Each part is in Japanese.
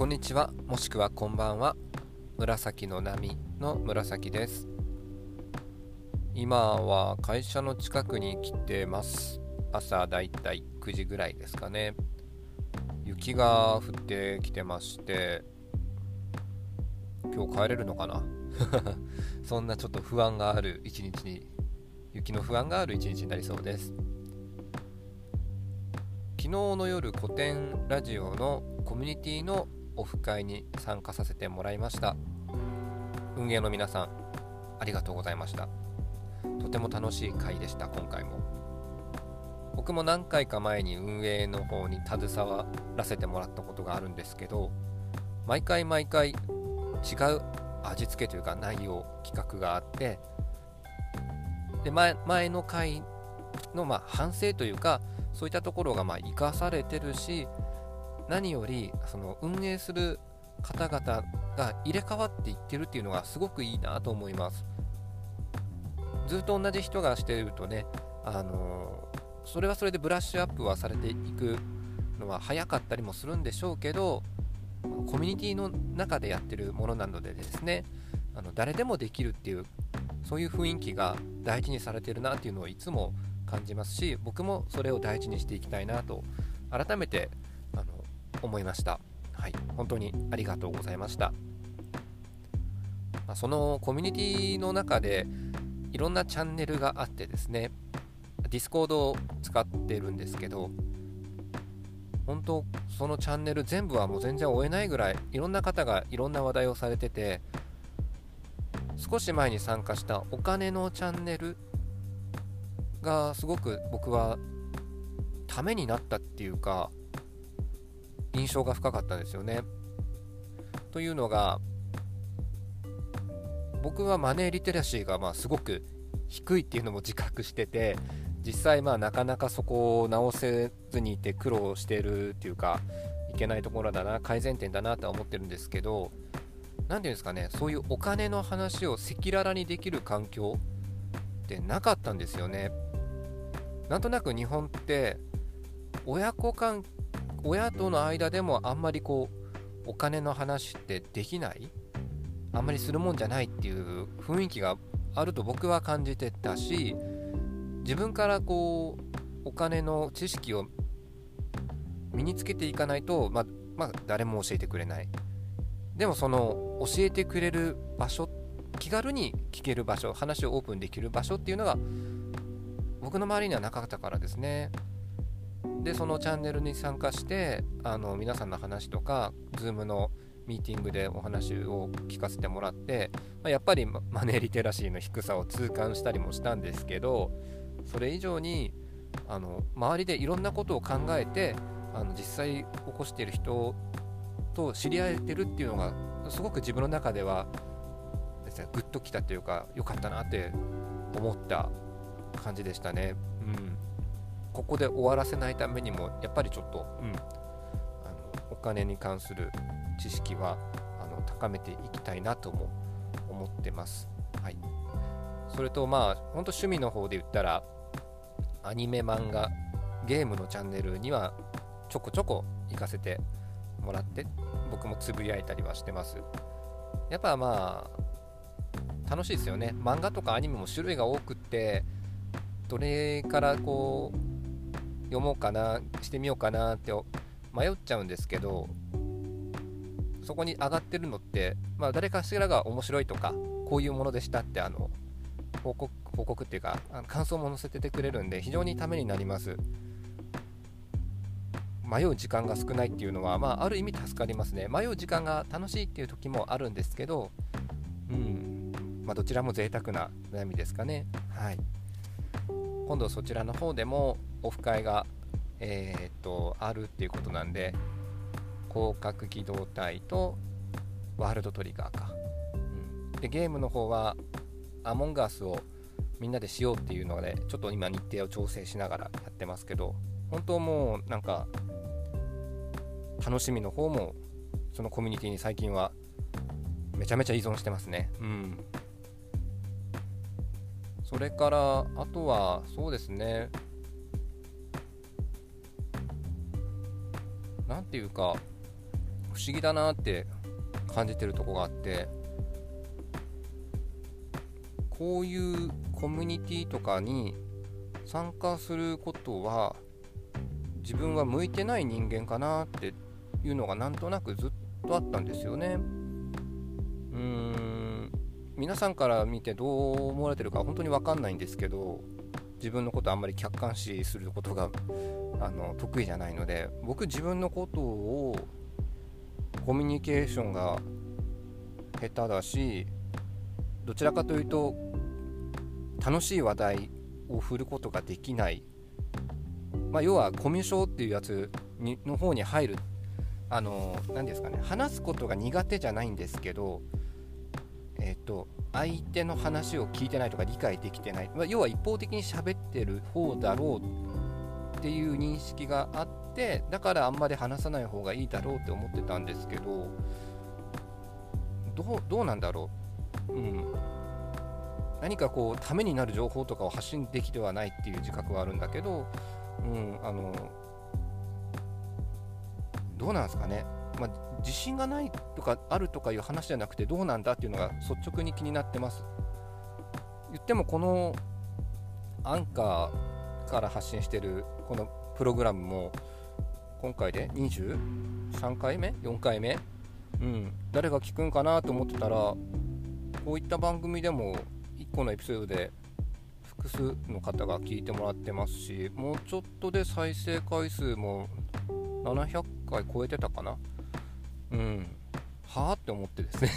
こんにちは、もしくはこんばんは。紫の波の紫です。今は会社の近くに来てます。朝だいたい9時ぐらいですかね。雪が降ってきてまして、今日帰れるのかなそんなちょっと不安がある一日に、雪の不安がある一日になりそうです。昨日の夜、古典ラジオのコミュニティのオフ会に参加させてもらいました。運営の皆さん、ありがとうございました。とても楽しい会でした。今回も僕も何回か前に運営の方に携わらせてもらったことがあるんですけど、毎回違う味付けというか内容企画があって、で 前の回の反省というか、そういったところが生かされてるし、何よりその運営する方々が入れ替わっていってるっていうのがすごくいいなと思います。ずっと同じ人がしているとね、それはそれでブラッシュアップはされていくのは早かったりもするんでしょうけど、コミュニティの中でやってるものなのでですね、誰でもできるっていう、そういう雰囲気が大事にされてるなっていうのをいつも感じますし、僕もそれを大事にしていきたいなと改めて思いました。はい、本当にありがとうございました。そのコミュニティの中でいろんなチャンネルがあってですね、ディスコードを使ってるんですけど、本当そのチャンネル全部はもう全然追えないぐらいいろんな方がいろんな話題をされてて、少し前に参加したお金のチャンネルがすごく僕はためになったっていうか、印象が深かったんですよね。というのが、僕はマネーリテラシーがすごく低いっていうのも自覚してて、実際なかなかそこを直せずにいて苦労してるっていうか、いけないところだな、改善点だなとは思ってるんですけど、何ていうんですかね、そういうお金の話を赤裸々にできる環境ってなかったんですよね。なんとなく日本って親との間でもあんまりお金の話ってできない、あんまりするもんじゃないっていう雰囲気があると僕は感じてたし、自分からお金の知識を身につけていかないと、誰も教えてくれない。でもその教えてくれる場所、気軽に聞ける場所、話をオープンできる場所っていうのが僕の周りにはなかったからですね。でそのチャンネルに参加して、皆さんの話とか Zoom のミーティングでお話を聞かせてもらって、やっぱりマネーリテラシーの低さを痛感したりもしたんですけど、それ以上に周りでいろんなことを考えて実際起こしている人と知り合えてるっていうのがすごく自分の中ではグッときたというか、良かったなって思った感じでしたね。ここで終わらせないためにもやっぱりちょっと、お金に関する知識は高めていきたいなとも思ってます。はい、それと本当趣味の方で言ったら、アニメ、漫画、ゲームのチャンネルにはちょこちょこ行かせてもらって、僕もつぶやいたりはしてます。やっぱ楽しいですよね。漫画とかアニメも種類が多くって、どれから読もうかな、してみようかなって迷っちゃうんですけど、そこに上がってるのって、誰かしらが面白いとか、こういうものでしたって報告っていうか感想も載せててくれるんで、非常にためになります。迷う時間が少ないっていうのは、ある意味助かりますね。迷う時間が楽しいっていう時もあるんですけど、どちらも贅沢な悩みですかね。はい、今度そちらの方でもオフ会が、あるっていうことなんで、広角機動隊とワールドトリガーか、でゲームの方はアモンガースをみんなでしようっていうので、ちょっと今日程を調整しながらやってますけど、本当もう楽しみの方もそのコミュニティに最近はめちゃめちゃ依存してますね。それからあとはそうですね、なんていうか不思議だなって感じてるとこがあって、こういうコミュニティとかに参加することは自分は向いてない人間かなっていうのがなんとなくずっとあったんですよね。皆さんから見てどう思われてるか本当に分かんないんですけど、自分のことあんまり客観視することが得意じゃないので、僕自分のことをコミュニケーションが下手だし、どちらかというと楽しい話題を振ることができない、要はコミュ障っていうやつの方に入る、何ですかね、話すことが苦手じゃないんですけど、相手の話を聞いてないとか理解できてない、要は一方的に喋ってる方だろうっていう認識があって、だからあんまり話さない方がいいだろうって思ってたんですけど、どうなんだろう。何かこうためになる情報とかを発信できてはないっていう自覚はあるんだけど、どうなんですかね。自信がないとかあるとかいう話じゃなくて、どうなんだっていうのが率直に気になってます。言ってもこのアンカーから発信してるこのプログラムも今回で23回目4回目、誰が聞くんかなと思ってたら、こういった番組でも1個のエピソードで複数の方が聞いてもらってますし、もうちょっとで再生回数も700回超えてたかな。はぁって思ってですね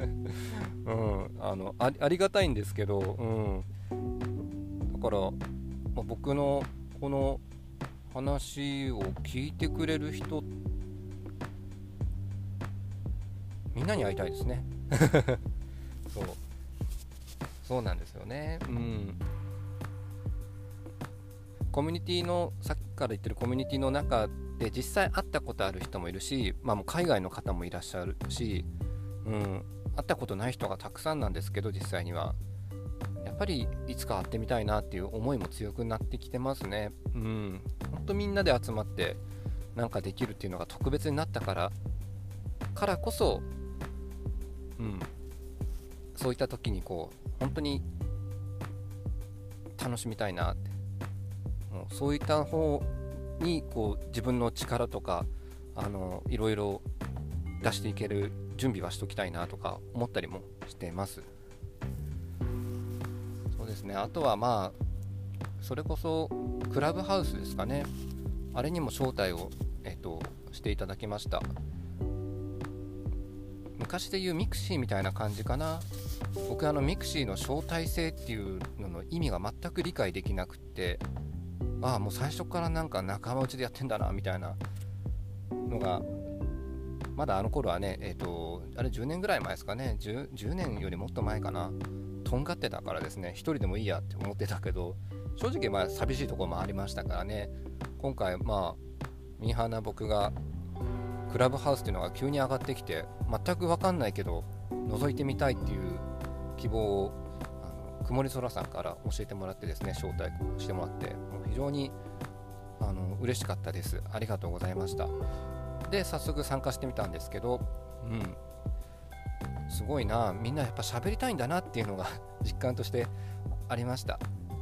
ありがたいんですけど、だから、僕のこの話を聞いてくれる人、みんなに会いたいですねそうなんですよね。コミュニティの、さっきから言ってるコミュニティの中で実際会ったことある人もいるし、もう海外の方もいらっしゃるし、会ったことない人がたくさんなんですけど、実際にはやっぱりいつか会ってみたいなっていう思いも強くなってきてますね。本当みんなで集まってなんかできるっていうのが特別になったからこそ、そういった時にこう本当に楽しみたいなって、もうそういった方にこう自分の力とかいろいろ出していける準備はしときたいなとか思ったりもしてます。そうですね。あとはそれこそクラブハウスですかね。あれにも招待を、していただきました。昔でいうミクシーみたいな感じかな。僕ミクシーの招待制っていうのの意味が全く理解できなくって、もう最初からなんか仲間内でやってんだなみたいなのが、まだあの頃はね、あれ10年ぐらい前ですかね。10年よりもっと前かな。とんがってたからですね、一人でもいいやって思ってたけど、正直寂しいところもありましたからね。今回ミーハーな僕がクラブハウスっていうのが急に上がってきて、全く分かんないけど覗いてみたいっていう希望を曇り空さんから教えてもらってですね、招待してもらって、もう非常に嬉しかったです。ありがとうございました。で早速参加してみたんですけど、すごいな、みんなやっぱ喋りたいんだなっていうのが実感としてありました。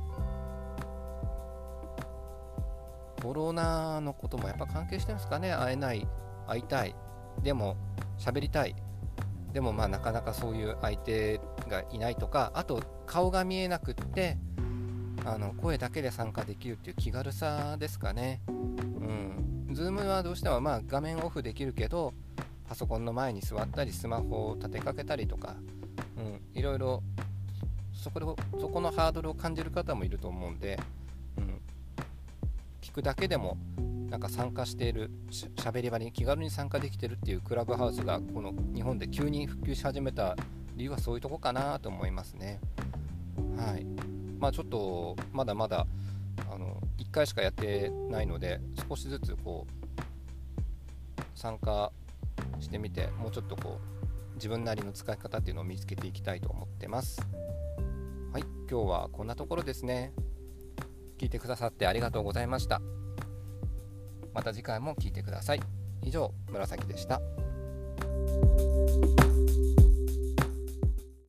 コロナのこともやっぱ関係してるんですかね。会えない、会いたい、でも喋りたい、でもなかなかそういう相手がいないとか、あと顔が見えなくって声だけで参加できるっていう気軽さですかね。Zoom はどうしても画面オフできるけど、パソコンの前に座ったりスマホを立てかけたりとか、いろいろそこのハードルを感じる方もいると思うんで、聞くだけでもなんか参加している、喋り場に気軽に参加できてるっていうクラブハウスがこの日本で急に普及し始めた理由はそういうとこかなと思いますね。はい。ちょっとまだまだ1回しかやってないので、少しずつこう参加してみて、もうちょっとこう自分なりの使い方っていうのを見つけていきたいと思ってます。はい、今日はこんなところですね。聞いてくださってありがとうございました。また次回も聞いてください。以上、紫でした。